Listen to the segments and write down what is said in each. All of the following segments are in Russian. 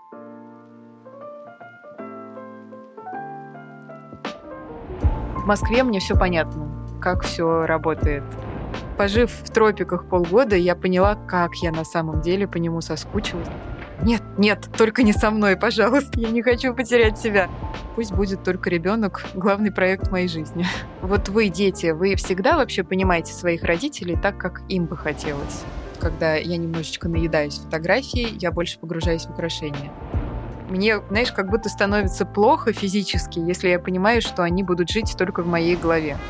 В Москве мне все понятно, как все работает. Пожив в тропиках полгода, я поняла, как я на самом деле по нему соскучилась. Нет, только не со мной, пожалуйста. Я не хочу потерять себя. Пусть будет только ребенок, главный проект моей жизни. Вот вы, дети, вы всегда вообще понимаете своих родителей так, как им бы хотелось. Когда я немножечко наедаюсь фотографией, я больше погружаюсь в украшения. Мне, знаешь, как будто становится плохо физически, если я понимаю, что они будут жить только в моей голове.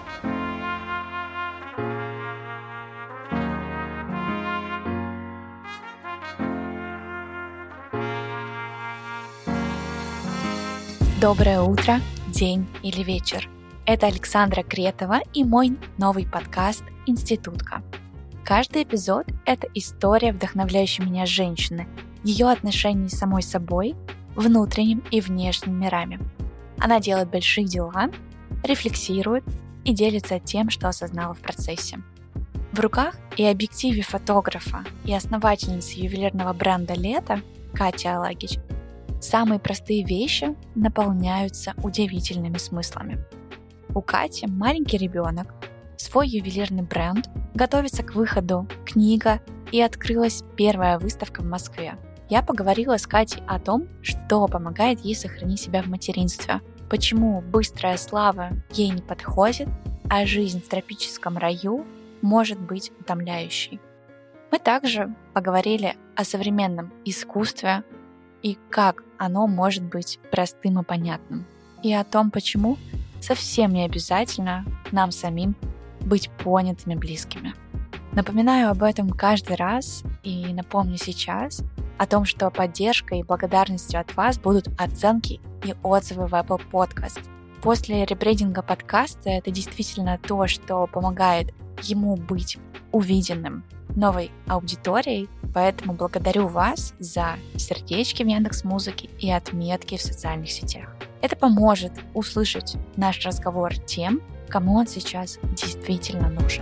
Доброе утро, день или вечер. Это Александра Кретова и мой новый подкаст «Институтка». Каждый эпизод — это история вдохновляющей меня женщины, ее отношений с самой собой, внутренним и внешним мирами. Она делает большие дела, рефлексирует и делится тем, что осознала в процессе. В руках и объективе фотографа и основательницы ювелирного бренда «Лето» Катя Алагич самые простые вещи наполняются удивительными смыслами. У Кати маленький ребенок, свой ювелирный бренд, готовится к выходу книга и открылась первая выставка в Москве. Я поговорила с Катей о том, что помогает ей сохранить себя в материнстве, почему быстрая слава ей не подходит, а жизнь в тропическом раю может быть утомляющей. Мы также поговорили о современном искусстве и как оно может быть простым и понятным, и о том, почему совсем не обязательно нам самим быть понятыми близкими. Напоминаю об этом каждый раз и напомню сейчас о том, что поддержкой и благодарностью от вас будут оценки и отзывы в Apple Podcast. После ребрендинга подкаста это действительно то, что помогает ему быть увиденным новой аудиторией, поэтому благодарю вас за сердечки в Яндекс.Музыке и отметки в социальных сетях. Это поможет услышать наш разговор тем, кому он сейчас действительно нужен.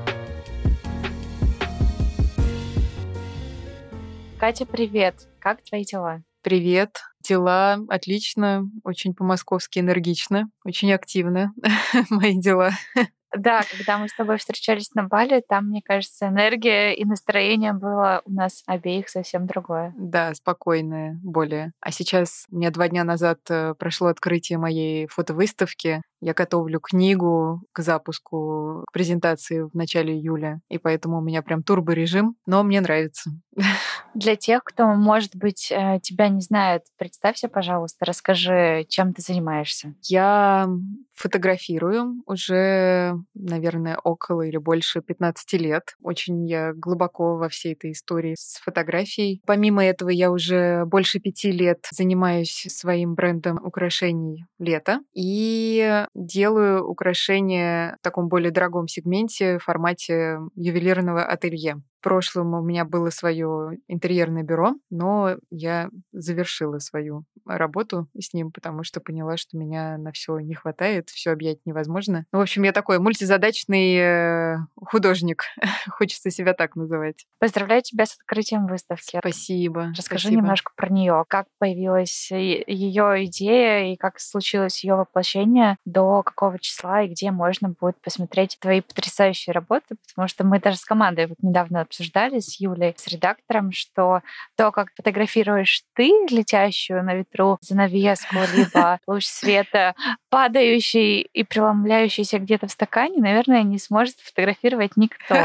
Катя, привет! Как твои дела? Привет. Дела отлично, очень по-московски энергично, очень активно мои дела. Да, когда мы с тобой встречались на Бали, там, мне кажется, энергия и настроение было у нас обеих совсем другое. Да, спокойное более. А сейчас у меня 2 дня назад прошло открытие моей фотовыставки. Я готовлю книгу к запуску, к презентации в начале июля, и поэтому у меня прям турборежим, но мне нравится. Для тех, кто, может быть, тебя не знает, представься, пожалуйста, расскажи, чем ты занимаешься. Я фотографирую уже, наверное, около или больше 15 лет. Очень я глубоко во всей этой истории с фотографией. Помимо этого, я уже больше 5 лет занимаюсь своим брендом украшений «Лето» и делаю украшения в таком более дорогом сегменте в формате ювелирного ателье. В прошлом у меня было свое интерьерное бюро, но я завершила свою работу с ним, потому что поняла, что меня на все не хватает, все объять невозможно. Ну, в общем, я такой мультизадачный художник. Хочется себя так называть. Поздравляю тебя с открытием выставки. Спасибо. Расскажи немножко про нее. Как появилась ее идея и как случилось ее воплощение, до какого числа и где можно будет посмотреть твои потрясающие работы, потому что мы даже с командой вот недавно обсуждали с Юлей, с редактором, что то, как фотографируешь ты летящую на ветру занавеску, либо луч света, падающий и преломляющийся где-то в стакане, наверное, не сможет фотографировать никто.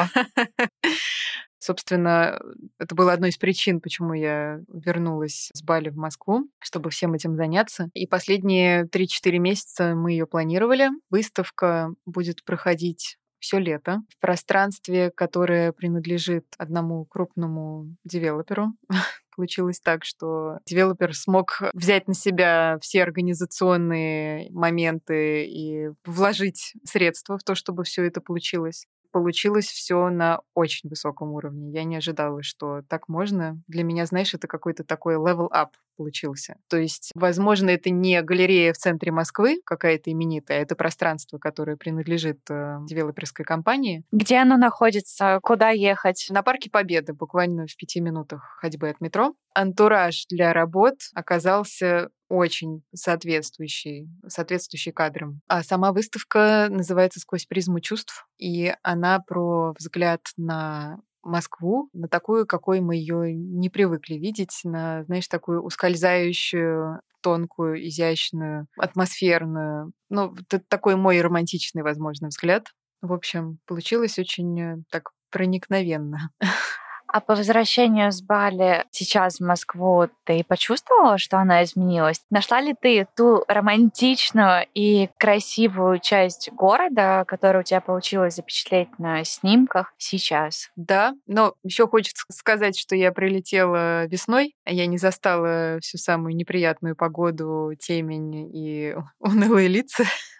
Собственно, это было одной из причин, почему я вернулась с Бали в Москву, чтобы всем этим заняться. И последние 3-4 месяца мы ее планировали. Выставка будет проходить все лето в пространстве, которое принадлежит одному крупному девелоперу. Получилось так, что девелопер смог взять на себя все организационные моменты и вложить средства в то, чтобы все это получилось. Получилось все на очень высоком уровне. Я не ожидала, что так можно. Для меня, знаешь, это какой-то такой level up получился. То есть, возможно, это не галерея в центре Москвы какая-то именитая, это пространство, которое принадлежит девелоперской компании. Где оно находится? Куда ехать? На Парке Победы, буквально в 5 минутах ходьбы от метро. антураж для работ оказался очень соответствующий кадрам. А сама выставка называется «Сквозь призму чувств», и она про взгляд на Москву, на такую, какой мы ее не привыкли видеть, на, знаешь, такую ускользающую, тонкую, изящную, атмосферную. Ну, вот это такой мой романтичный, возможно, взгляд. В общем, получилось очень так проникновенно. А по возвращению с Бали сейчас в Москву ты почувствовала, что она изменилась? Нашла ли ты ту романтичную и красивую часть города, которую у тебя получилось запечатлеть на снимках сейчас? Да, но еще хочется сказать, что я прилетела весной, а я не застала всю самую неприятную погоду, темень и унылые лица.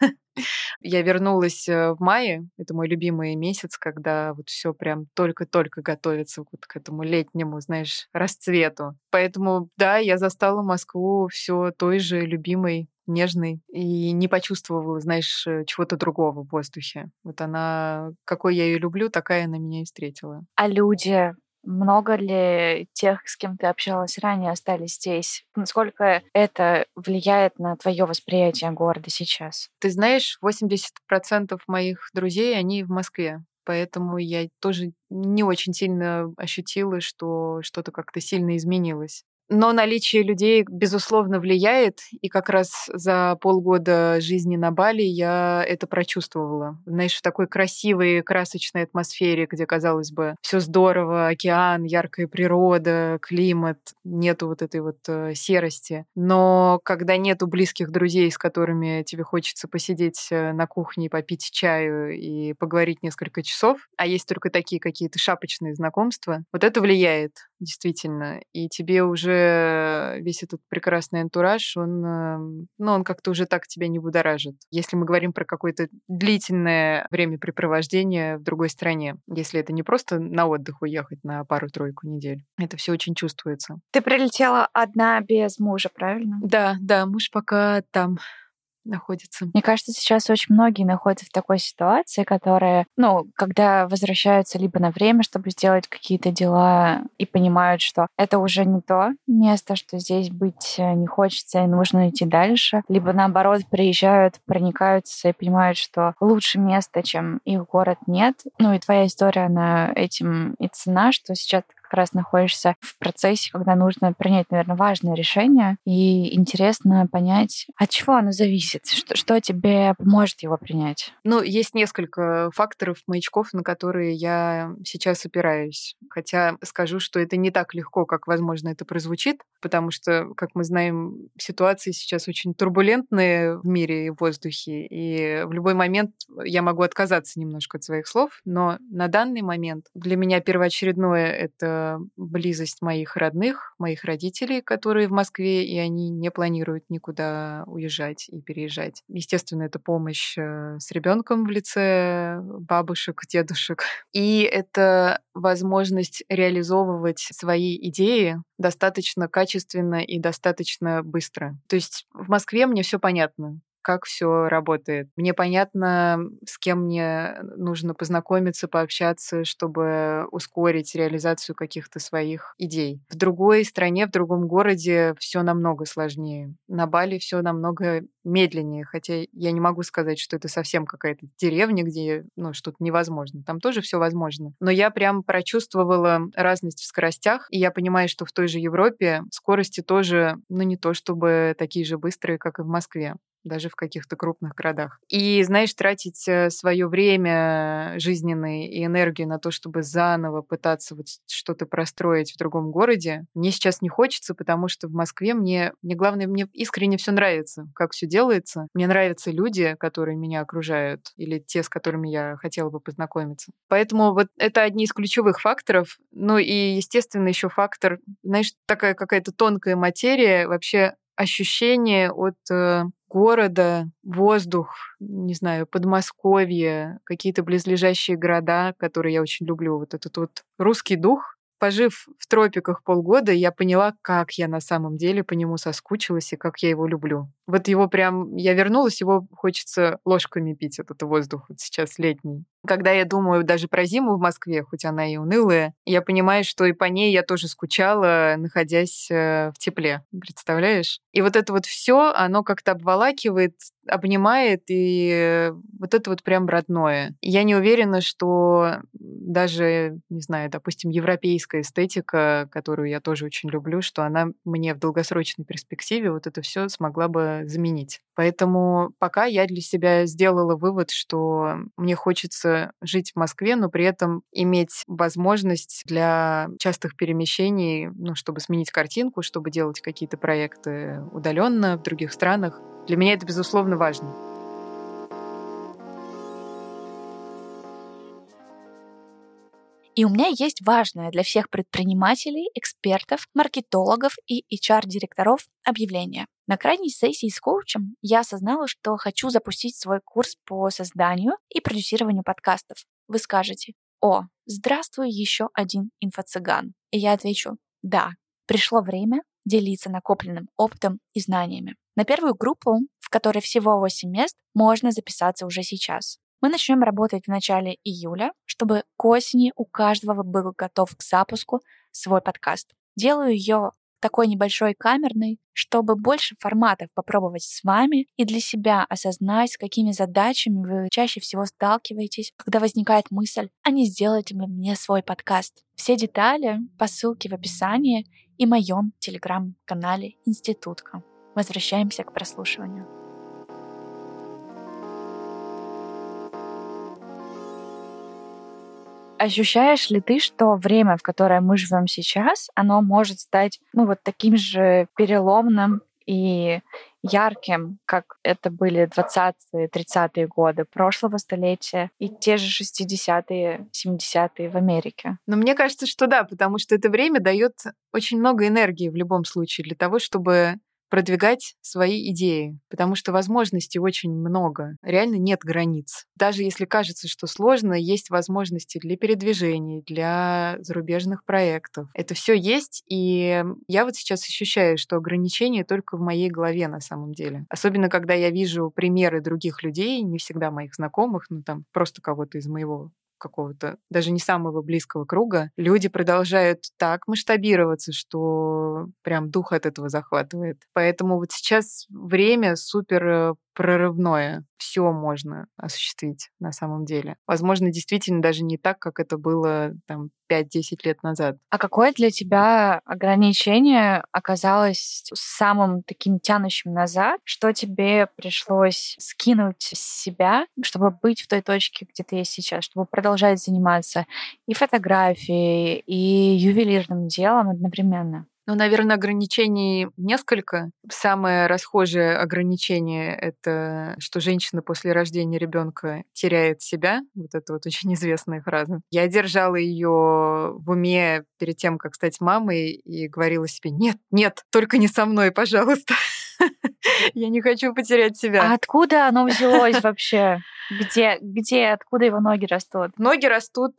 Я вернулась в мае. Это мой любимый месяц, когда вот все прям только-только готовится вот к этому летнему, знаешь, расцвету. Поэтому, да, я застала Москву все той же любимой, нежной и не почувствовала, знаешь, чего-то другого в воздухе. Вот она, какой я ее люблю, такая она меня и встретила. А люди, много ли тех, с кем ты общалась ранее, остались здесь? Насколько это влияет на твое восприятие города сейчас? Ты знаешь, 80% моих друзей, они в Москве. Поэтому я тоже не очень сильно ощутила, что что-то как-то сильно изменилось. Но наличие людей, безусловно, влияет. И как раз за полгода жизни на Бали я это прочувствовала. Знаешь, в такой красивой, красочной атмосфере, где, казалось бы, все здорово, океан, яркая природа, климат, нету вот этой вот серости. Но когда нету близких друзей, с которыми тебе хочется посидеть на кухне, попить чаю и поговорить несколько часов, а есть только такие какие-то шапочные знакомства, вот это влияет действительно. И тебе уже весь этот прекрасный антураж, он как-то уже так тебя не будоражит. Если мы говорим про какое-то длительное времяпрепровождение в другой стране, если это не просто на отдых уехать на пару-тройку недель, это все очень чувствуется. Ты прилетела одна без мужа, правильно? Да, муж пока там находится. Мне кажется, сейчас очень многие находятся в такой ситуации, которые, когда возвращаются либо на время, чтобы сделать какие-то дела, и понимают, что это уже не то место, что здесь быть не хочется и нужно идти дальше, либо наоборот приезжают, проникаются и понимают, что лучше места, чем их город, нет. И твоя история, она этим и цена, что сейчас ты как раз находишься в процессе, когда нужно принять, наверное, важное решение, и интересно понять, от чего оно зависит, что тебе поможет его принять. Есть несколько факторов, маячков, на которые я сейчас опираюсь. Хотя скажу, что это не так легко, как, возможно, это прозвучит, потому что, как мы знаем, ситуации сейчас очень турбулентные в мире и в воздухе, и в любой момент я могу отказаться немножко от своих слов, но на данный момент для меня первоочередное — это близость моих родных, моих родителей, которые в Москве, и они не планируют никуда уезжать и переезжать. Естественно, это помощь с ребенком в лице бабушек, дедушек. И это возможность реализовывать свои идеи достаточно качественно и достаточно быстро. То есть в Москве мне все понятно, как все работает. Мне понятно, с кем мне нужно познакомиться, пообщаться, чтобы ускорить реализацию каких-то своих идей. В другой стране, в другом городе все намного сложнее. На Бали все намного медленнее, хотя я не могу сказать, что это совсем какая-то деревня, где что-то невозможно. Там тоже все возможно. Но я прям прочувствовала разность в скоростях, и я понимаю, что в той же Европе скорости тоже, не то чтобы такие же быстрые, как и в Москве, даже в каких-то крупных городах. И, знаешь, тратить свое время жизненное и энергию на то, чтобы заново пытаться вот что-то простроить в другом городе, мне сейчас не хочется, потому что в Москве мне главное, мне искренне все нравится, как все делается. Мне нравятся люди, которые меня окружают, или те, с которыми я хотела бы познакомиться. Поэтому вот это одни из ключевых факторов. И, естественно, еще фактор, знаешь, такая какая-то тонкая материя, вообще ощущение от города, воздух, не знаю, Подмосковье, какие-то близлежащие города, которые я очень люблю. Вот этот вот русский дух. Пожив в тропиках полгода, я поняла, как я на самом деле по нему соскучилась и как я его люблю. Вот его прям... Я вернулась, его хочется ложками пить, этот воздух вот сейчас летний. Когда я думаю даже про зиму в Москве, хоть она и унылая, я понимаю, что и по ней я тоже скучала, находясь в тепле. Представляешь? И вот это вот все, оно как-то обволакивает, обнимает, и вот это вот прям родное. Я не уверена, что даже, не знаю, допустим, европейская эстетика, которую я тоже очень люблю, что она мне в долгосрочной перспективе вот это все смогла бы заменить. Поэтому пока я для себя сделала вывод, что мне хочется жить в Москве, но при этом иметь возможность для частых перемещений, ну, чтобы сменить картинку, чтобы делать какие-то проекты удаленно в других странах. Для меня это, безусловно, важно. И у меня есть важное для всех предпринимателей, экспертов, маркетологов и HR-директоров объявление. На крайней сессии с коучем я осознала, что хочу запустить свой курс по созданию и продюсированию подкастов. Вы скажете: «О, здравствуй, еще один инфо-цыган». И я отвечу: да, пришло время делиться накопленным опытом и знаниями. На первую группу, в которой всего 8 мест, можно записаться уже сейчас. Мы начнем работать в начале июля, чтобы к осени у каждого был готов к запуску свой подкаст. Делаю ее такой небольшой камерной, чтобы больше форматов попробовать с вами и для себя осознать, с какими задачами вы чаще всего сталкиваетесь, когда возникает мысль, а не сделать ли мне свой подкаст. Все детали по ссылке в описании и моем телеграм-канале Институтка. Возвращаемся к прослушиванию. Ощущаешь ли ты, что время, в которое мы живем сейчас, оно может стать, вот таким же переломным и ярким, как это были 20-е, 30-е годы прошлого столетия и те же 60-е, 70-е в Америке? Но мне кажется, что да, потому что это время дает очень много энергии в любом случае для того, чтобы продвигать свои идеи, потому что возможностей очень много. Реально нет границ. Даже если кажется, что сложно, есть возможности для передвижений, для зарубежных проектов. Это все есть, и я вот сейчас ощущаю, что ограничения только в моей голове на самом деле. Особенно, когда я вижу примеры других людей, не всегда моих знакомых, там просто кого-то из моего какого-то, даже не самого близкого круга, люди продолжают так масштабироваться, что прям дух от этого захватывает. Поэтому вот сейчас время супер прорывное. Все можно осуществить на самом деле. Возможно, действительно даже не так, как это было 5-10 лет назад. А какое для тебя ограничение оказалось самым таким тянущим назад, что тебе пришлось скинуть с себя, чтобы быть в той точке, где ты есть сейчас, чтобы продолжать заниматься и фотографией, и ювелирным делом одновременно? Наверное, ограничений несколько. Самое расхожее ограничение — это что женщина после рождения ребенка теряет себя. Вот это вот очень известная фраза. Я держала ее в уме перед тем, как стать мамой, и говорила себе: нет, нет, только не со мной, пожалуйста. Я не хочу потерять себя. А откуда оно взялось вообще? Откуда его ноги растут? Ноги растут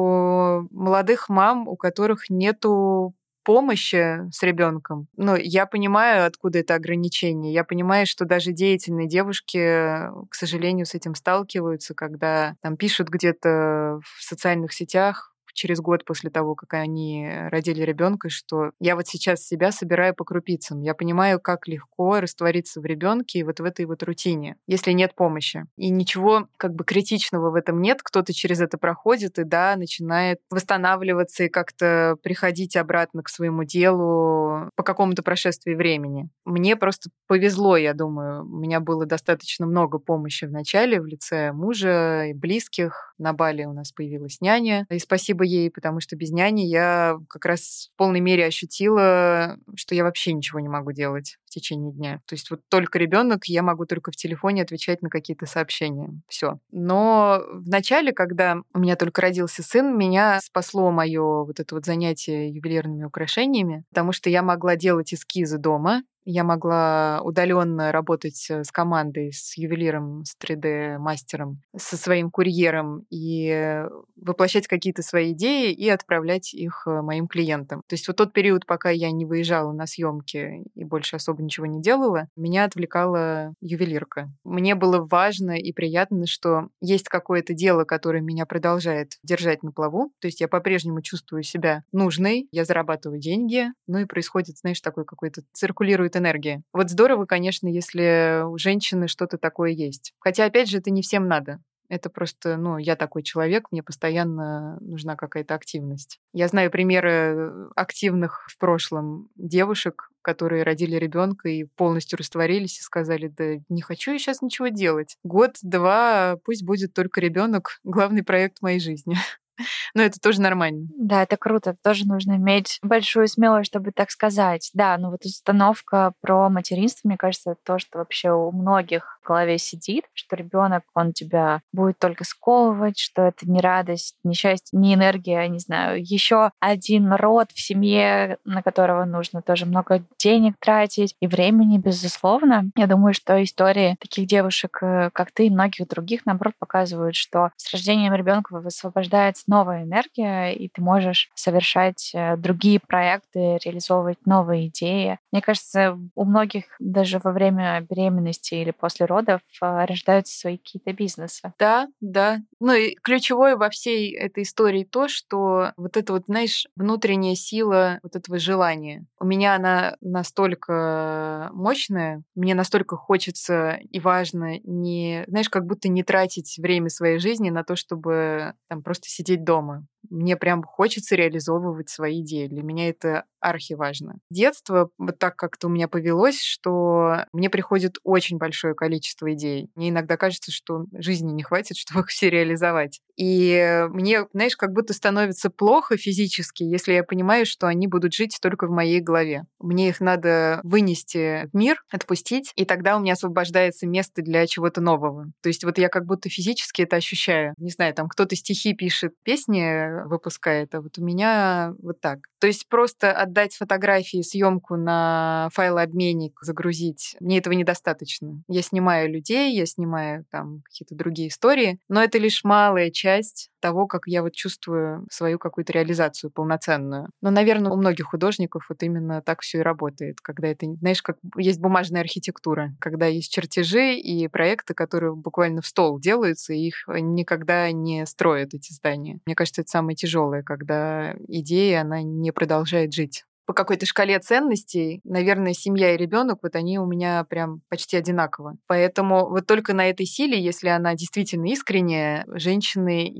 у молодых мам, у которых нету помощи с ребенком. Но я понимаю, откуда это ограничение. Я понимаю, что даже деятельные девушки, к сожалению, с этим сталкиваются, когда пишут где-то в социальных сетях через год после того, как они родили ребенка, что я вот сейчас себя собираю по крупицам. Я понимаю, как легко раствориться в ребенке и вот в этой вот рутине, если нет помощи. И ничего критичного в этом нет. Кто-то через это проходит и, да, начинает восстанавливаться и как-то приходить обратно к своему делу по какому-то прошествии времени. Мне просто повезло, я думаю. У меня было достаточно много помощи в начале в лице мужа и близких. На Бали у нас появилась няня. И спасибо ей, потому что без няни я как раз в полной мере ощутила, что я вообще ничего не могу делать в течение дня. То есть вот только ребенок, я могу только в телефоне отвечать на какие-то сообщения. Все. Но в начале, когда у меня только родился сын, меня спасло мое вот это вот занятие ювелирными украшениями, потому что я могла делать эскизы дома. Я могла удаленно работать с командой, с ювелиром, с 3D-мастером, со своим курьером и воплощать какие-то свои идеи и отправлять их моим клиентам. То есть вот тот период, пока я не выезжала на съемки и больше особо ничего не делала, меня отвлекала ювелирка. Мне было важно и приятно, что есть какое-то дело, которое меня продолжает держать на плаву. То есть я по-прежнему чувствую себя нужной, я зарабатываю деньги, ну и происходит, знаешь, такой какой-то циркулирует энергия. Вот здорово, конечно, если у женщины что-то такое есть. Хотя, опять же, это не всем надо. Это просто, я такой человек, мне постоянно нужна какая-то активность. Я знаю примеры активных в прошлом девушек, которые родили ребенка и полностью растворились и сказали: да не хочу я сейчас ничего делать. Год-два, пусть будет только ребенок, главный проект моей жизни. Но это тоже нормально. Да, это круто. Тоже нужно иметь большую смелость, чтобы так сказать. Да, но вот установка про материнство, мне кажется, это то, что вообще у многих в голове сидит, что ребенок, он тебя будет только сковывать, что это не радость, не счастье, не энергия, не знаю, еще один род в семье, на которого нужно тоже много денег тратить и времени, безусловно. Я думаю, что истории таких девушек, как ты и многих других, наоборот, показывают, что с рождением ребенка высвобождается новая энергия, и ты можешь совершать другие проекты, реализовывать новые идеи. Мне кажется, у многих даже во время беременности или после родов рождаются свои какие-то бизнесы. Да, да. Ну и ключевое во всей этой истории то, что вот эта вот, знаешь, внутренняя сила вот этого желания. У меня она настолько мощная, мне настолько хочется и важно не, знаешь, как будто не тратить время своей жизни на то, чтобы там просто сидеть дома. Мне прям хочется реализовывать свои идеи. Для меня это архиважно. Детство вот так как-то у меня повелось, что мне приходит очень большое количество идей. Мне иногда кажется, что жизни не хватит, чтобы их все реализовать. И мне, знаешь, как будто становится плохо физически, если я понимаю, что они будут жить только в моей голове. Мне их надо вынести в мир, отпустить, и тогда у меня освобождается место для чего-то нового. То есть вот я как будто физически это ощущаю. Не знаю, там кто-то стихи пишет, песни выпускает, а вот у меня вот так. То есть просто отдать фотографии, съемку на файлообменник, загрузить, мне этого недостаточно. Я снимаю людей, я снимаю там какие-то другие истории, но это лишь малая часть того, как я вот чувствую свою какую-то реализацию полноценную. Но, наверное, у многих художников вот именно так все и работает, когда это, знаешь, как есть бумажная архитектура, когда есть чертежи и проекты, которые буквально в стол делаются, и их никогда не строят, эти здания. Мне кажется, это самое тяжелое, когда идея, она не продолжает жить. По какой-то шкале ценностей, наверное, семья и ребенок, вот они у меня прям почти одинаково. Поэтому вот только на этой силе, если она действительно искренняя, женщины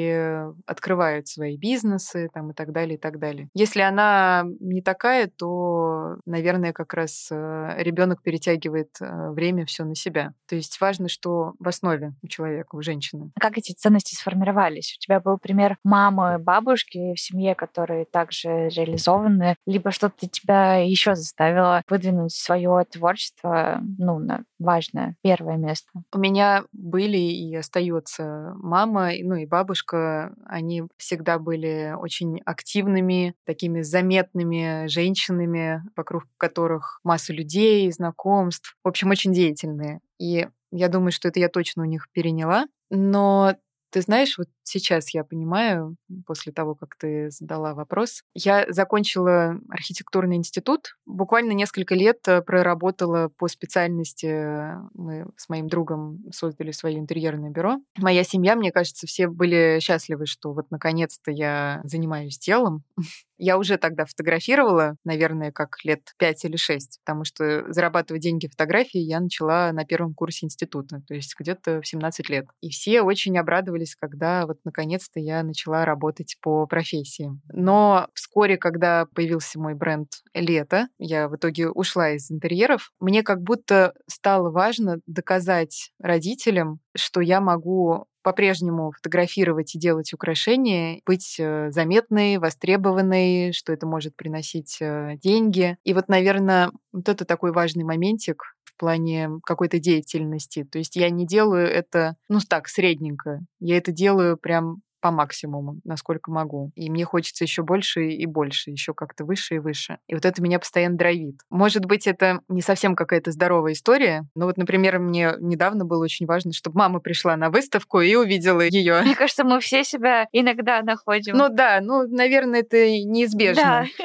и открывают свои бизнесы там, и так далее, и так далее. Если она не такая, то, наверное, как раз ребенок перетягивает время все на себя. То есть важно, что в основе у человека, у женщины. Как эти ценности сформировались? У тебя был пример мамы, бабушки в семье, которые также реализованы, либо что-то тебя еще заставило выдвинуть свое творчество, на важное первое место? У меня были и остается мама, и бабушка. Они всегда были очень активными, такими заметными женщинами, вокруг которых масса людей, знакомств. В общем, очень деятельные. И я думаю, что это я точно у них переняла. Но ты знаешь, вот сейчас я понимаю, после того, как ты задала вопрос, я закончила архитектурный институт, буквально несколько лет проработала по специальности. Мы с моим другом создали свое интерьерное бюро. Моя семья, мне кажется, все были счастливы, что вот наконец-то я занимаюсь делом. Я уже тогда фотографировала, наверное, как лет 5 или 6, потому что зарабатывать деньги фотографией я начала на первом курсе института, то есть где-то в 17 лет. И все очень обрадовались, когда вот наконец-то я начала работать по профессии. Но вскоре, когда появился мой бренд «Лето», я в итоге ушла из интерьеров, мне как будто стало важно доказать родителям, что я могу по-прежнему фотографировать и делать украшения, быть заметной, востребованной, что это может приносить деньги. И вот, наверное, вот это такой важный моментик в плане какой-то деятельности. То есть я не делаю это, средненько. Я это делаю прям по максимуму, насколько могу. И мне хочется еще больше и больше, еще как-то выше и выше. И вот это меня постоянно драйвит. Может быть, это не совсем какая-то здоровая история, но вот, например, мне недавно было очень важно, чтобы мама пришла на выставку и увидела ее. Мне кажется, мы все себя иногда находим. Наверное, это неизбежно. Да.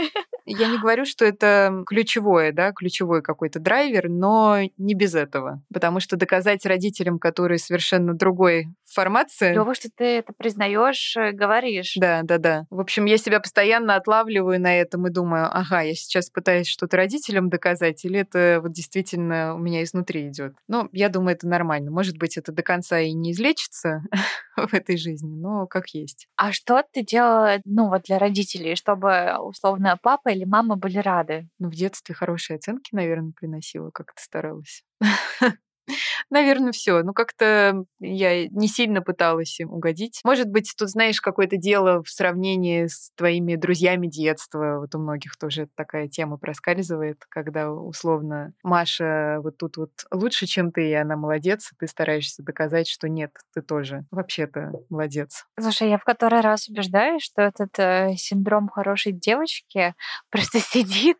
Я не говорю, что это ключевое, да, ключевой какой-то драйвер, но не без этого. Потому что доказать родителям, которые совершенно другой формации... Клёво, что ты это признаешь, говоришь. Да, да, да. В общем, я себя постоянно отлавливаю на этом и думаю, ага, я сейчас пытаюсь что-то родителям доказать, или это вот действительно у меня изнутри идет. Ну, я думаю, это нормально. Может быть, это до конца и не излечится в этой жизни, но как есть. А что ты делала, ну, вот для родителей, чтобы, условно, папа или мама были рады? Ну, в детстве хорошие оценки, наверное, приносила, как-то старалась. Наверное, все. Ну, как-то я не сильно пыталась им угодить. Может быть, тут, знаешь, какое-то дело в сравнении с твоими друзьями детства. Вот у многих тоже такая тема проскальзывает, когда условно Маша вот тут вот лучше, чем ты, и она молодец, и ты стараешься доказать, что нет, ты тоже вообще-то молодец. Слушай, я в который раз убеждаюсь, что этот синдром хорошей девочки просто сидит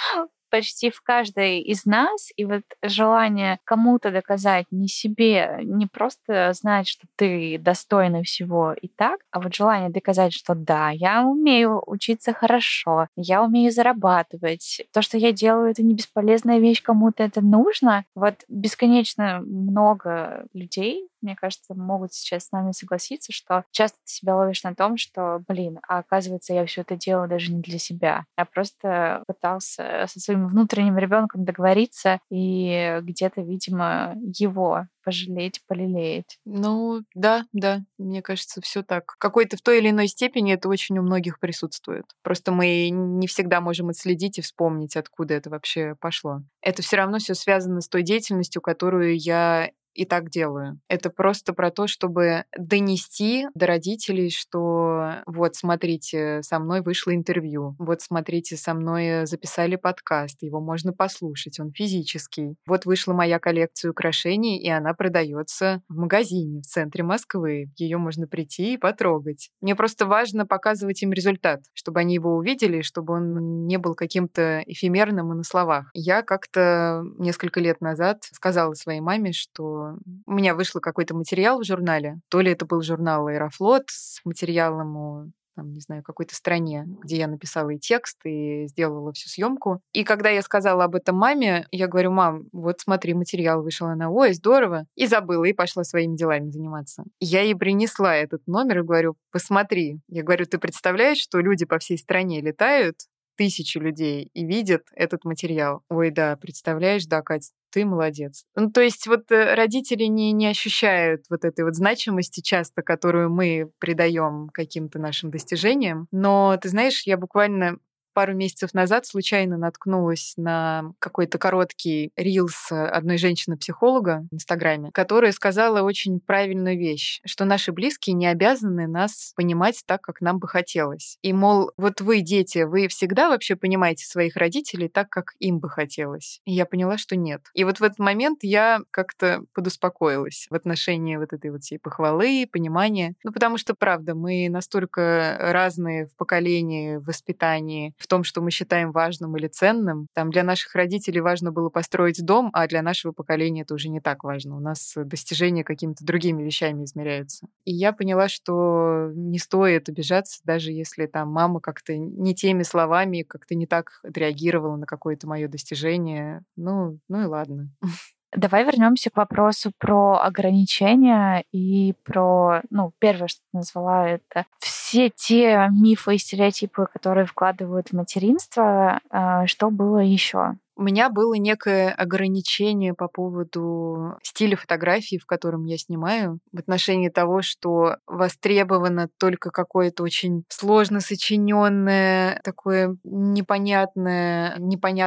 почти в каждой из нас, и вот желание кому-то доказать, не себе, не просто знать, что ты достойна всего и так, а вот желание доказать, что да, я умею учиться хорошо, я умею зарабатывать, то, что я делаю, это не бесполезная вещь, кому-то это нужно. Вот бесконечно много людей, мне кажется, могут сейчас с нами согласиться, что часто ты себя ловишь на том, что, блин, а оказывается, я все это делаю даже не для себя. Я просто пытался со своим внутренним ребенком договориться и где-то, видимо, его пожалеть, полелеять. Ну, да, да, мне кажется, все так. В той или иной степени это очень у многих присутствует. Просто мы не всегда можем отследить и вспомнить, откуда это вообще пошло. Это все равно все связано с той деятельностью, которую я и так делаю. Это просто про то, чтобы донести до родителей, что вот, смотрите, со мной вышло интервью, вот, смотрите, со мной записали подкаст, его можно послушать, он физический. Вот вышла моя коллекция украшений, и она продается в магазине в центре Москвы. Ее можно прийти и потрогать. Мне просто важно показывать им результат, чтобы они его увидели, чтобы он не был каким-то эфемерным и на словах. Я как-то несколько лет назад сказала своей маме, что у меня вышел какой-то материал в журнале. То ли это был журнал «Аэрофлот» с материалом о там, не знаю, какой-то стране, где я написала и текст, и сделала всю съемку. И когда я сказала об этом маме, я говорю, мам, вот смотри, материал вышел. Она, ой, здорово. И забыла, и пошла своими делами заниматься. Я ей принесла этот номер и говорю, посмотри. Я говорю, ты представляешь, что люди по всей стране летают, тысячи людей, и видят этот материал. Ой, да, представляешь, да, Кать, ты молодец. Ну, то есть вот родители не ощущают вот этой вот значимости часто, которую мы придаем каким-то нашим достижениям. Но, ты знаешь, я буквально пару месяцев назад случайно наткнулась на какой-то короткий рилс одной женщины-психолога в Инстаграме, которая сказала очень правильную вещь, что наши близкие не обязаны нас понимать так, как нам бы хотелось. И, мол, вот вы, дети, вы всегда вообще понимаете своих родителей так, как им бы хотелось. И я поняла, что нет. И вот в этот момент я как-то подуспокоилась в отношении вот этой вот всей похвалы, понимания. Ну, потому что, правда, мы настолько разные в поколении, в воспитании, в том, что мы считаем важным или ценным. Там для наших родителей важно было построить дом, а для нашего поколения это уже не так важно. У нас достижения какими-то другими вещами измеряются. И я поняла, что не стоит обижаться, даже если там мама как-то не теми словами, как-то не так отреагировала на какое-то мое достижение. Ну и ладно. Давай вернемся к вопросу про ограничения и про, первое, что ты назвала, это все те мифы и стереотипы, которые вкладывают в материнство. Что было еще? У меня было некое ограничение по поводу стиля фотографии, в котором я снимаю, в отношении того, что востребовано только какое-то очень сложно сочиненное, такое непонятная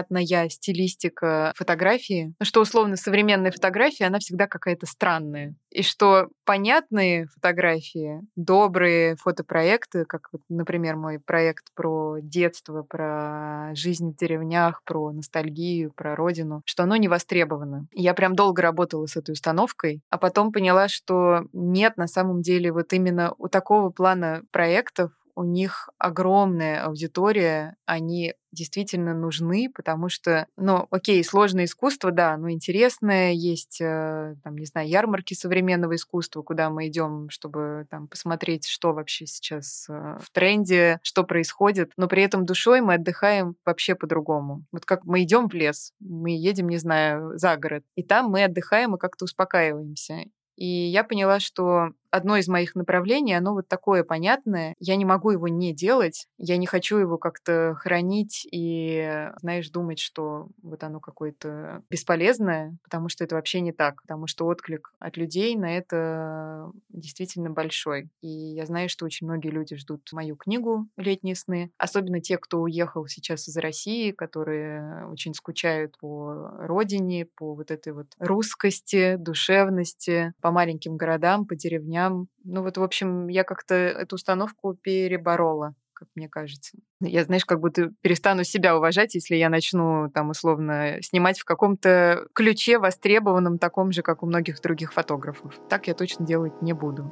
стилистика фотографии. Ну, что условно современная фотография, она всегда какая-то странная. И что понятные фотографии, добрые фотопроекты, как, вот, например, мой проект про детство, про жизнь в деревнях, про ностальгию, про родину, что оно не востребовано. И я прям долго работала с этой установкой, а потом поняла, что нет, на самом деле вот именно у такого плана проектов у них огромная аудитория, они действительно нужны, потому что, окей, сложное искусство, да, оно интересное, есть, там, не знаю, ярмарки современного искусства, куда мы идем, чтобы там посмотреть, что вообще сейчас в тренде, что происходит, но при этом душой мы отдыхаем вообще по-другому. Вот как мы идем в лес, мы едем, не знаю, за город, и там мы отдыхаем и как-то успокаиваемся. И я поняла, что одно из моих направлений, оно вот такое понятное. Я не могу его не делать. Я не хочу его как-то хранить и, знаешь, думать, что вот оно какое-то бесполезное, потому что это вообще не так. Потому что отклик от людей на это действительно большой. И я знаю, что очень многие люди ждут мою книгу «Летние сны». Особенно те, кто уехал сейчас из России, которые очень скучают по родине, по вот этой вот русскости, душевности, по маленьким городам, по деревням. В общем, я как-то эту установку переборола, как мне кажется. Я, знаешь, как будто перестану себя уважать, если я начну там условно снимать в каком-то ключе востребованном, таком же, как у многих других фотографов. Так я точно делать не буду.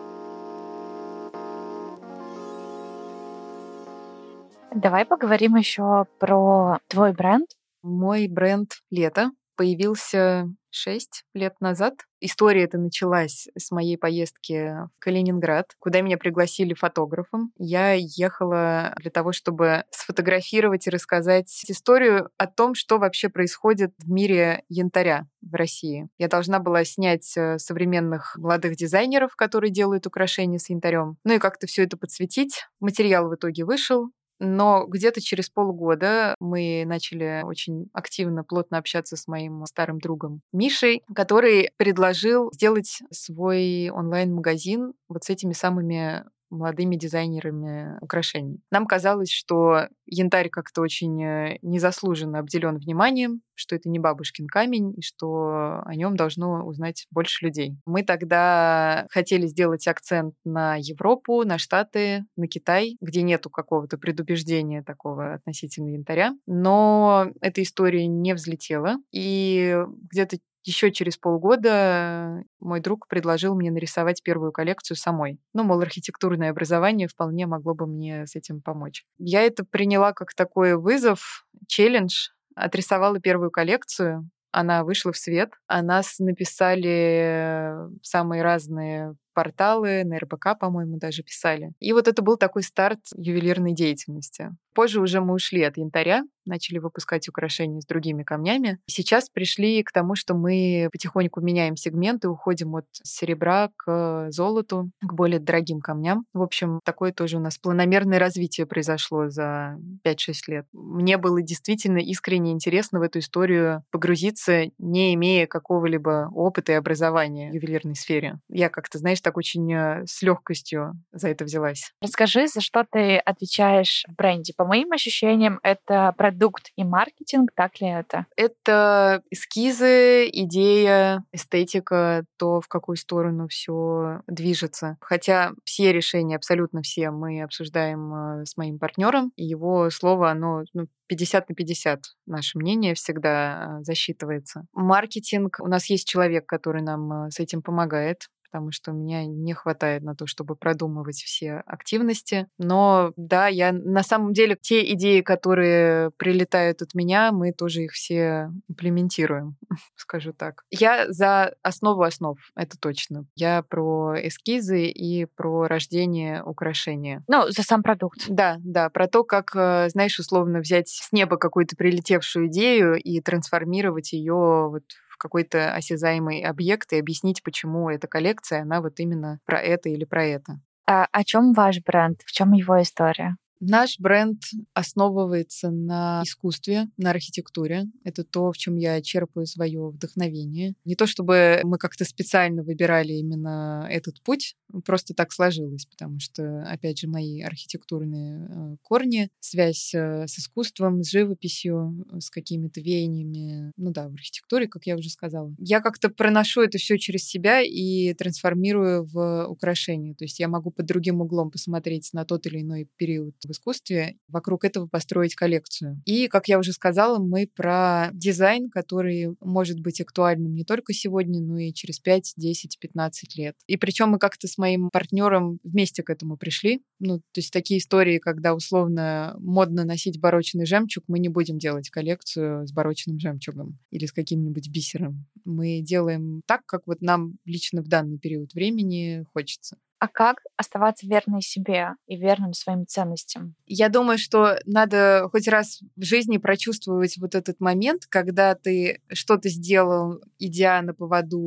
Давай поговорим еще про твой бренд. Мой бренд «Лето» появился 6 лет назад. История эта началась с моей поездки в Калининград, куда меня пригласили фотографом. Я ехала для того, чтобы сфотографировать и рассказать историю о том, что вообще происходит в мире янтаря в России. Я должна была снять современных молодых дизайнеров, которые делают украшения с янтарем. И как-то все это подсветить. Материал в итоге вышел. Но где-то через полгода мы начали очень активно, плотно общаться с моим старым другом Мишей, который предложил сделать свой онлайн-магазин вот с этими самыми молодыми дизайнерами украшений. Нам казалось, что янтарь как-то очень незаслуженно обделен вниманием, что это не бабушкин камень, и что о нем должно узнать больше людей. Мы тогда хотели сделать акцент на Европу, на Штаты, на Китай, где нету какого-то предубеждения такого относительно янтаря. Но эта история не взлетела, и где-то еще через полгода мой друг предложил мне нарисовать первую коллекцию самой. Мол, архитектурное образование вполне могло бы мне с этим помочь. Я это приняла как такой вызов, челлендж. Отрисовала первую коллекцию. Она вышла в свет. О нас написали самые разные порталы, на РБК, по-моему, даже писали. И вот это был такой старт ювелирной деятельности. Позже уже мы ушли от янтаря, начали выпускать украшения с другими камнями. Сейчас пришли к тому, что мы потихоньку меняем сегменты, уходим от серебра к золоту, к более дорогим камням. В общем, такое тоже у нас планомерное развитие произошло за 5-6 лет. Мне было действительно искренне интересно в эту историю погрузиться, не имея какого-либо опыта и образования в ювелирной сфере. Я как-то, знаешь, так очень с легкостью за это взялась. Расскажи, за что ты отвечаешь в бренде. По моим ощущениям, это продукт и маркетинг, так ли это? Это эскизы, идея, эстетика, то, в какую сторону все движется. Хотя все решения, абсолютно все, мы обсуждаем с моим партнером, и его слово, оно 50 на 50. Наше мнение всегда засчитывается. Маркетинг. У нас есть человек, который нам с этим помогает, потому что у меня не хватает на то, чтобы продумывать все активности. Но да, я на самом деле те идеи, которые прилетают от меня, мы тоже их все имплементируем, скажу так. Я за основу основ, это точно. Я про эскизы и про рождение украшения. За сам продукт. Да, про то, как, знаешь, условно взять с неба какую-то прилетевшую идею и трансформировать ее вот в какой-то осязаемый объект и объяснить, почему эта коллекция, она вот именно про это или про это. А о чем ваш бренд? В чем его история? Наш бренд основывается на искусстве, на архитектуре. Это то, в чем я черпаю свое вдохновение. Не то чтобы мы как-то специально выбирали именно этот путь, просто так сложилось, потому что, опять же, мои архитектурные корни, связь с искусством, с живописью, с какими-то веяниями, в архитектуре, как я уже сказала. Я как-то проношу это все через себя и трансформирую в украшение. То есть я могу под другим углом посмотреть на тот или иной период в искусстве, вокруг этого построить коллекцию. И, как я уже сказала, мы про дизайн, который может быть актуальным не только сегодня, но и через 5, 10, 15 лет. И причем мы как-то с моим партнером вместе к этому пришли. То есть такие истории, когда условно модно носить барочный жемчуг, мы не будем делать коллекцию с барочным жемчугом или с каким-нибудь бисером. Мы делаем так, как вот нам лично в данный период времени хочется. А как оставаться верной себе и верным своим ценностям? Я думаю, что надо хоть раз в жизни прочувствовать вот этот момент, когда ты что-то сделал, идя на поводу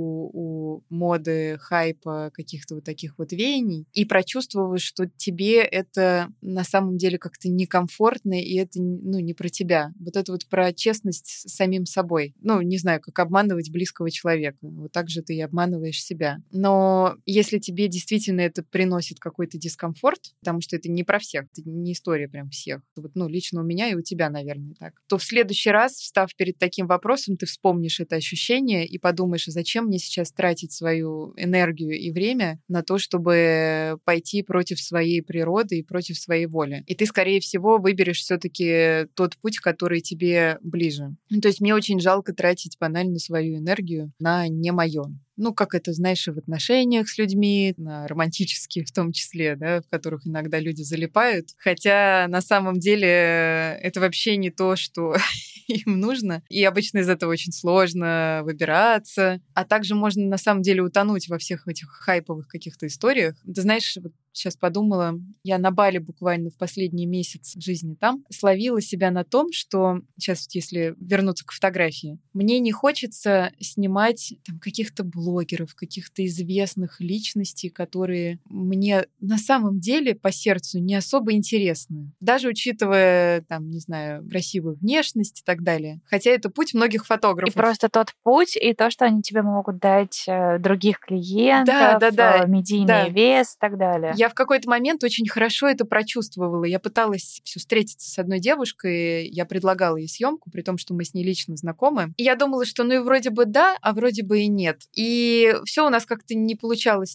у моды, хайпа, каких-то вот таких вот веяний, и прочувствовать, что тебе это на самом деле как-то некомфортно, и это не про тебя. Вот это вот про честность с самим собой. Не знаю, как обманывать близкого человека. Вот так же ты и обманываешь себя. Но если тебе действительно это приносит какой-то дискомфорт, потому что это не про всех, это не история прям всех. Вот, лично у меня и у тебя, наверное, так. То в следующий раз, встав перед таким вопросом, ты вспомнишь это ощущение и подумаешь, зачем мне сейчас тратить свою энергию и время на то, чтобы пойти против своей природы и против своей воли. И ты, скорее всего, выберешь все-таки тот путь, который тебе ближе. То есть мне очень жалко тратить банально свою энергию на не мое. Как это, знаешь, и в отношениях с людьми, на романтические в том числе, да, в которых иногда люди залипают. Хотя на самом деле это вообще не то, что им нужно. И обычно из этого очень сложно выбираться. А также можно на самом деле утонуть во всех этих хайповых каких-то историях. Ты знаешь, вот сейчас подумала, я на Бали буквально в последний месяц жизни там словила себя на том, что, сейчас если вернуться к фотографии, мне не хочется снимать там каких-то блогеров, каких-то известных личностей, которые мне на самом деле по сердцу не особо интересны. Даже учитывая, там, не знаю, красивую внешность и так далее. Хотя это путь многих фотографов. И просто тот путь, и то, что они тебе могут дать других клиентов, медийный вес и так далее. Я в какой-то момент очень хорошо это прочувствовала. Я пыталась встретиться с одной девушкой, я предлагала ей съемку, при том, что мы с ней лично знакомы. И я думала, что и вроде бы да, а вроде бы и нет. И все у нас как-то не получалось.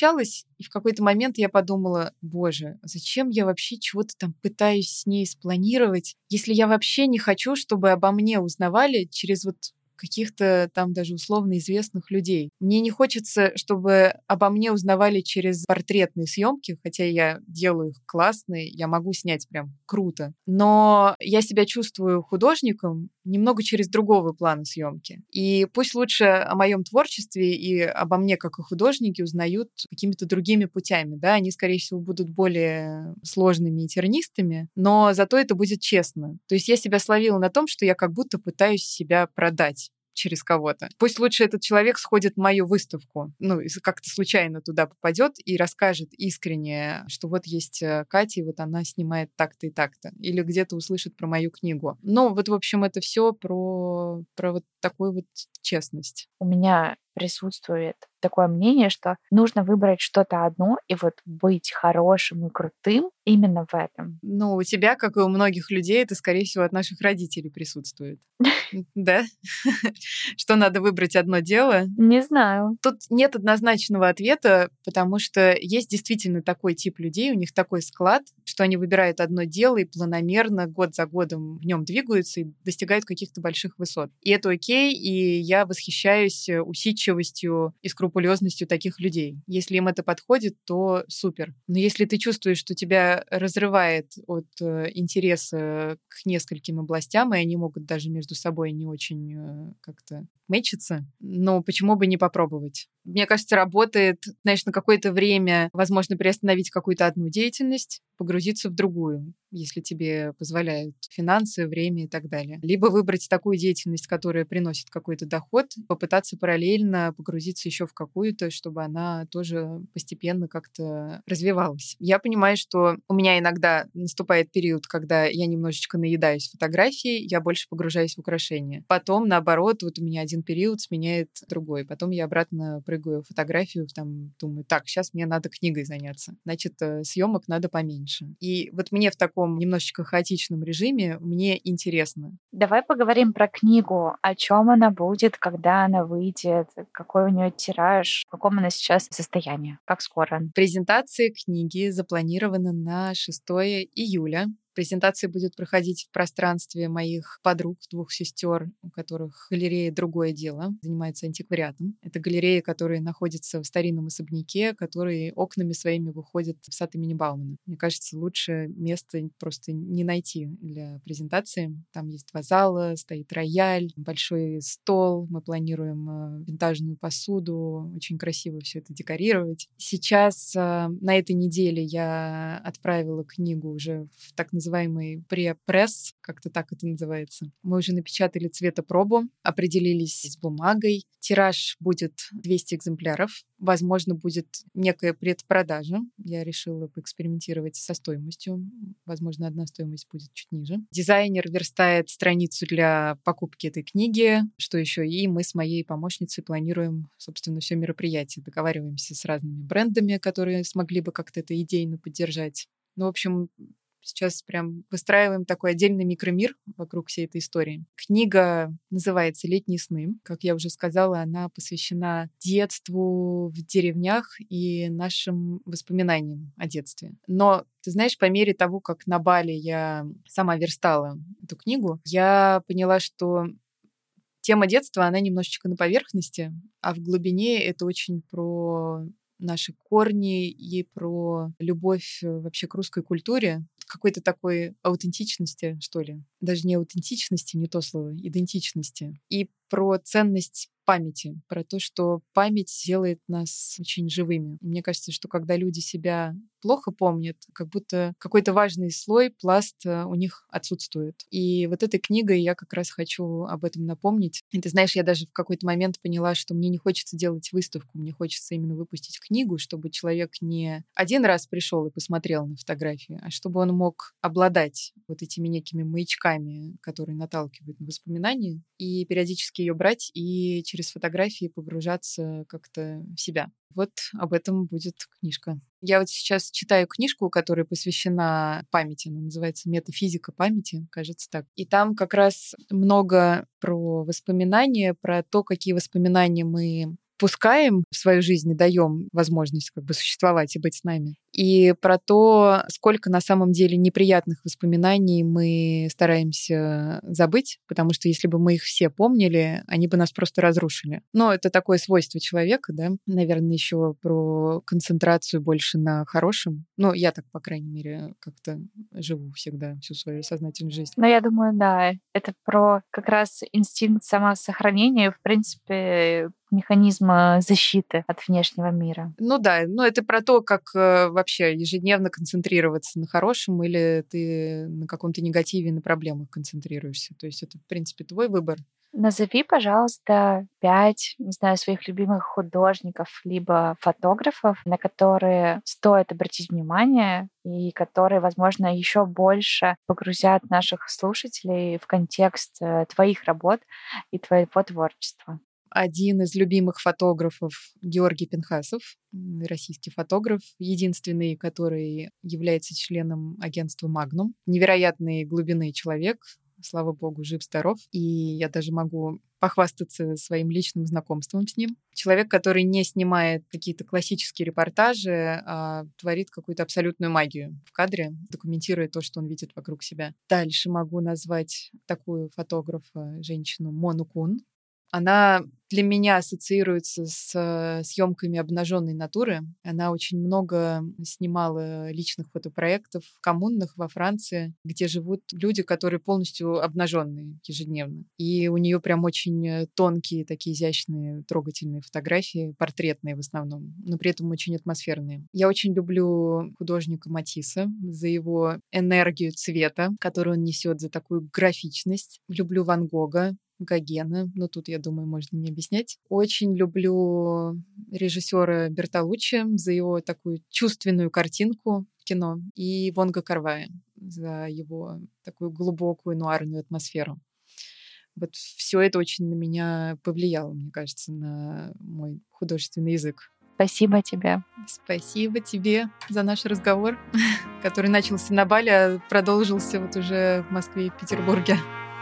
И в какой-то момент я подумала, боже, зачем я вообще чего-то там пытаюсь с ней спланировать, если я вообще не хочу, чтобы обо мне узнавали через вот каких-то там даже условно известных людей. Мне не хочется, чтобы обо мне узнавали через портретные съемки, хотя я делаю их классные, я могу снять прям круто. Но я себя чувствую художником немного через другого плана съемки. И пусть лучше о моем творчестве и обо мне как о художнике узнают какими-то другими путями. Да? Они, скорее всего, будут более сложными и тернистыми, но зато это будет честно. То есть я себя словила на том, что я как будто пытаюсь себя продать через кого-то. Пусть лучше этот человек сходит в мою выставку, как-то случайно туда попадет и расскажет искренне, что вот есть Катя, и вот она снимает так-то и так-то. Или где-то услышит про мою книгу. В общем, это все про вот такую вот честность. У меня присутствует такое мнение, что нужно выбрать что-то одно и вот быть хорошим и крутым именно в этом. У тебя, как и у многих людей, это, скорее всего, от наших родителей присутствует. Да? Что надо выбрать одно дело? Не знаю. Тут нет однозначного ответа, потому что есть действительно такой тип людей, у них такой склад, что они выбирают одно дело и планомерно год за годом в нем двигаются и достигают каких-то больших высот. И это окей, и я восхищаюсь усидчивостью и скрупулезностью таких людей. Если им это подходит, то супер. Но если ты чувствуешь, что тебя разрывает от интереса к нескольким областям, и они могут даже между собой не очень как-то мэчиться, но почему бы не попробовать? Мне кажется, работает, знаешь, на какое-то время, возможно, приостановить какую-то одну деятельность, погрузиться в другую, если тебе позволяют финансы, время и так далее. Либо выбрать такую деятельность, которая приносит какой-то доход, попытаться параллельно погрузиться еще в какую-то, чтобы она тоже постепенно как-то развивалась. Я понимаю, что у меня иногда наступает период, когда я немножечко наедаюсь фотографией, я больше погружаюсь в украшения. Потом, наоборот, вот у меня один период сменяет другой. Потом я обратно прыгаю в фотографию, там думаю, так, сейчас мне надо книгой заняться. Значит, съемок надо поменьше. меньше. И вот мне в таком немножечко хаотичном режиме мне интересно. Давай поговорим про книгу. О чем она будет, когда она выйдет, какой у нее тираж, в каком она сейчас состоянии, как скоро. Презентация книги запланирована на 6 июля. Презентация будет проходить в пространстве моих подруг, 2 сестер, у которых галерея «Другое дело», занимается антиквариатом. Это галерея, которая находится в старинном особняке, который окнами своими выходит в сад имени Баумана. Мне кажется, лучше места просто не найти для презентации. Там есть 2 зала, стоит рояль, большой стол. Мы планируем винтажную посуду, очень красиво все это декорировать. Сейчас на этой неделе я отправила книгу уже в так называемый пресс, как-то так это называется. Мы уже напечатали цветопробу, определились с бумагой. Тираж будет 200 экземпляров. Возможно, будет некая предпродажа. Я решила поэкспериментировать со стоимостью. Возможно, одна стоимость будет чуть ниже. Дизайнер верстает страницу для покупки этой книги. Что еще? И мы с моей помощницей планируем, собственно, все мероприятие. Договариваемся с разными брендами, которые смогли бы как-то это идейно поддержать. Ну, в общем, сейчас прям выстраиваем такой отдельный микромир вокруг всей этой истории. Книга называется «Летние сны». Как я уже сказала, она посвящена детству в деревнях и нашим воспоминаниям о детстве. Но ты знаешь, по мере того, как на Бали я сама верстала эту книгу, я поняла, что тема детства, она немножечко на поверхности, а в глубине это очень про наши корни и про любовь вообще к русской культуре, какой-то такой аутентичности, что ли. Даже не аутентичности, не то слово, идентичности. И про ценность памяти, про то, что память делает нас очень живыми. И мне кажется, что когда люди себя плохо помнят, как будто какой-то важный слой, пласт у них отсутствует. И вот этой книгой я как раз хочу об этом напомнить. И ты знаешь, я даже в какой-то момент поняла, что мне не хочется делать выставку, мне хочется именно выпустить книгу, чтобы человек не один раз пришел и посмотрел на фотографии, а чтобы он мог обладать вот этими некими маячками, которые наталкивают на воспоминания, и периодически ее брать и через фотографии погружаться как-то в себя. Вот об этом будет книжка. Я вот сейчас читаю книжку, которая посвящена памяти. Она называется «Метафизика памяти», кажется так. И там как раз много про воспоминания, про то, какие воспоминания мы пускаем в свою жизнь и даем возможность как бы существовать и быть с нами. И про то, сколько на самом деле неприятных воспоминаний мы стараемся забыть, потому что если бы мы их все помнили, они бы нас просто разрушили. Но это такое свойство человека, да, наверное, еще про концентрацию больше на хорошем. Ну, я так, по крайней мере, как-то живу всегда всю свою сознательную жизнь. Но я думаю, да, это про как раз инстинкт самосохранения, в принципе, механизм защиты от внешнего мира. Ну да, ну это про то, как вообще ежедневно концентрироваться на хорошем или ты на каком-то негативе, на проблемах концентрируешься. То есть это, в принципе, твой выбор. Назови, пожалуйста, 5, не знаю, своих любимых художников либо фотографов, на которые стоит обратить внимание и которые, возможно, еще больше погрузят наших слушателей в контекст твоих работ и твоего творчества. Один из любимых фотографов Георгий Пинхасов, российский фотограф, единственный, который является членом агентства «Магнум». Невероятной глубины человек, слава богу, жив-здоров. И я даже могу похвастаться своим личным знакомством с ним. Человек, который не снимает какие-то классические репортажи, а творит какую-то абсолютную магию в кадре, документируя то, что он видит вокруг себя. Дальше могу назвать такую фотографа, женщину Мону Кун. Она для меня ассоциируется с съемками обнаженной натуры. Она очень много снимала личных фотопроектов в коммунах во Франции, где живут люди, которые полностью обнаженные ежедневно. И у нее прям очень тонкие, такие изящные, трогательные фотографии, портретные в основном, но при этом очень атмосферные. Я очень люблю художника Матисса за его энергию цвета, которую он несет, за такую графичность. Люблю Ван Гога, Гогена, но тут, я думаю, можно не объяснять. Очень люблю режиссера Бертолуччи за его такую чувственную картинку в кино и Вонга Кар-вая за его такую глубокую нуарную атмосферу. Вот все это очень на меня повлияло, мне кажется, на мой художественный язык. Спасибо тебе. Спасибо тебе за наш разговор, который начался на Бали, а продолжился вот уже в Москве и Петербурге.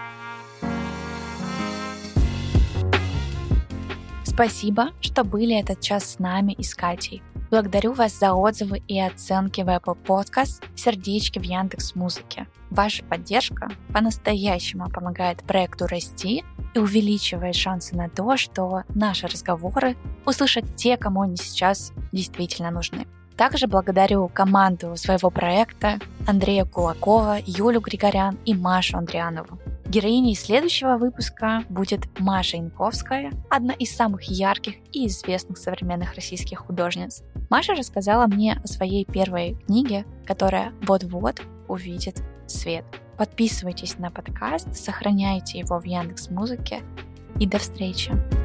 Спасибо, что были этот час с нами и с Катей. Благодарю вас за отзывы и оценки в Apple Podcast, сердечки в Яндекс.Музыке. Ваша поддержка по-настоящему помогает проекту расти и увеличивает шансы на то, что наши разговоры услышат те, кому они сейчас действительно нужны. Также благодарю команду своего проекта Андрея Кулакова, Юлю Григорян и Машу Андрианову. Героиней следующего выпуска будет Маша Янковская, одна из самых ярких и известных современных российских художниц. Маша рассказала мне о своей первой книге, которая вот-вот увидит свет. Подписывайтесь на подкаст, сохраняйте его в Яндекс.Музыке и до встречи!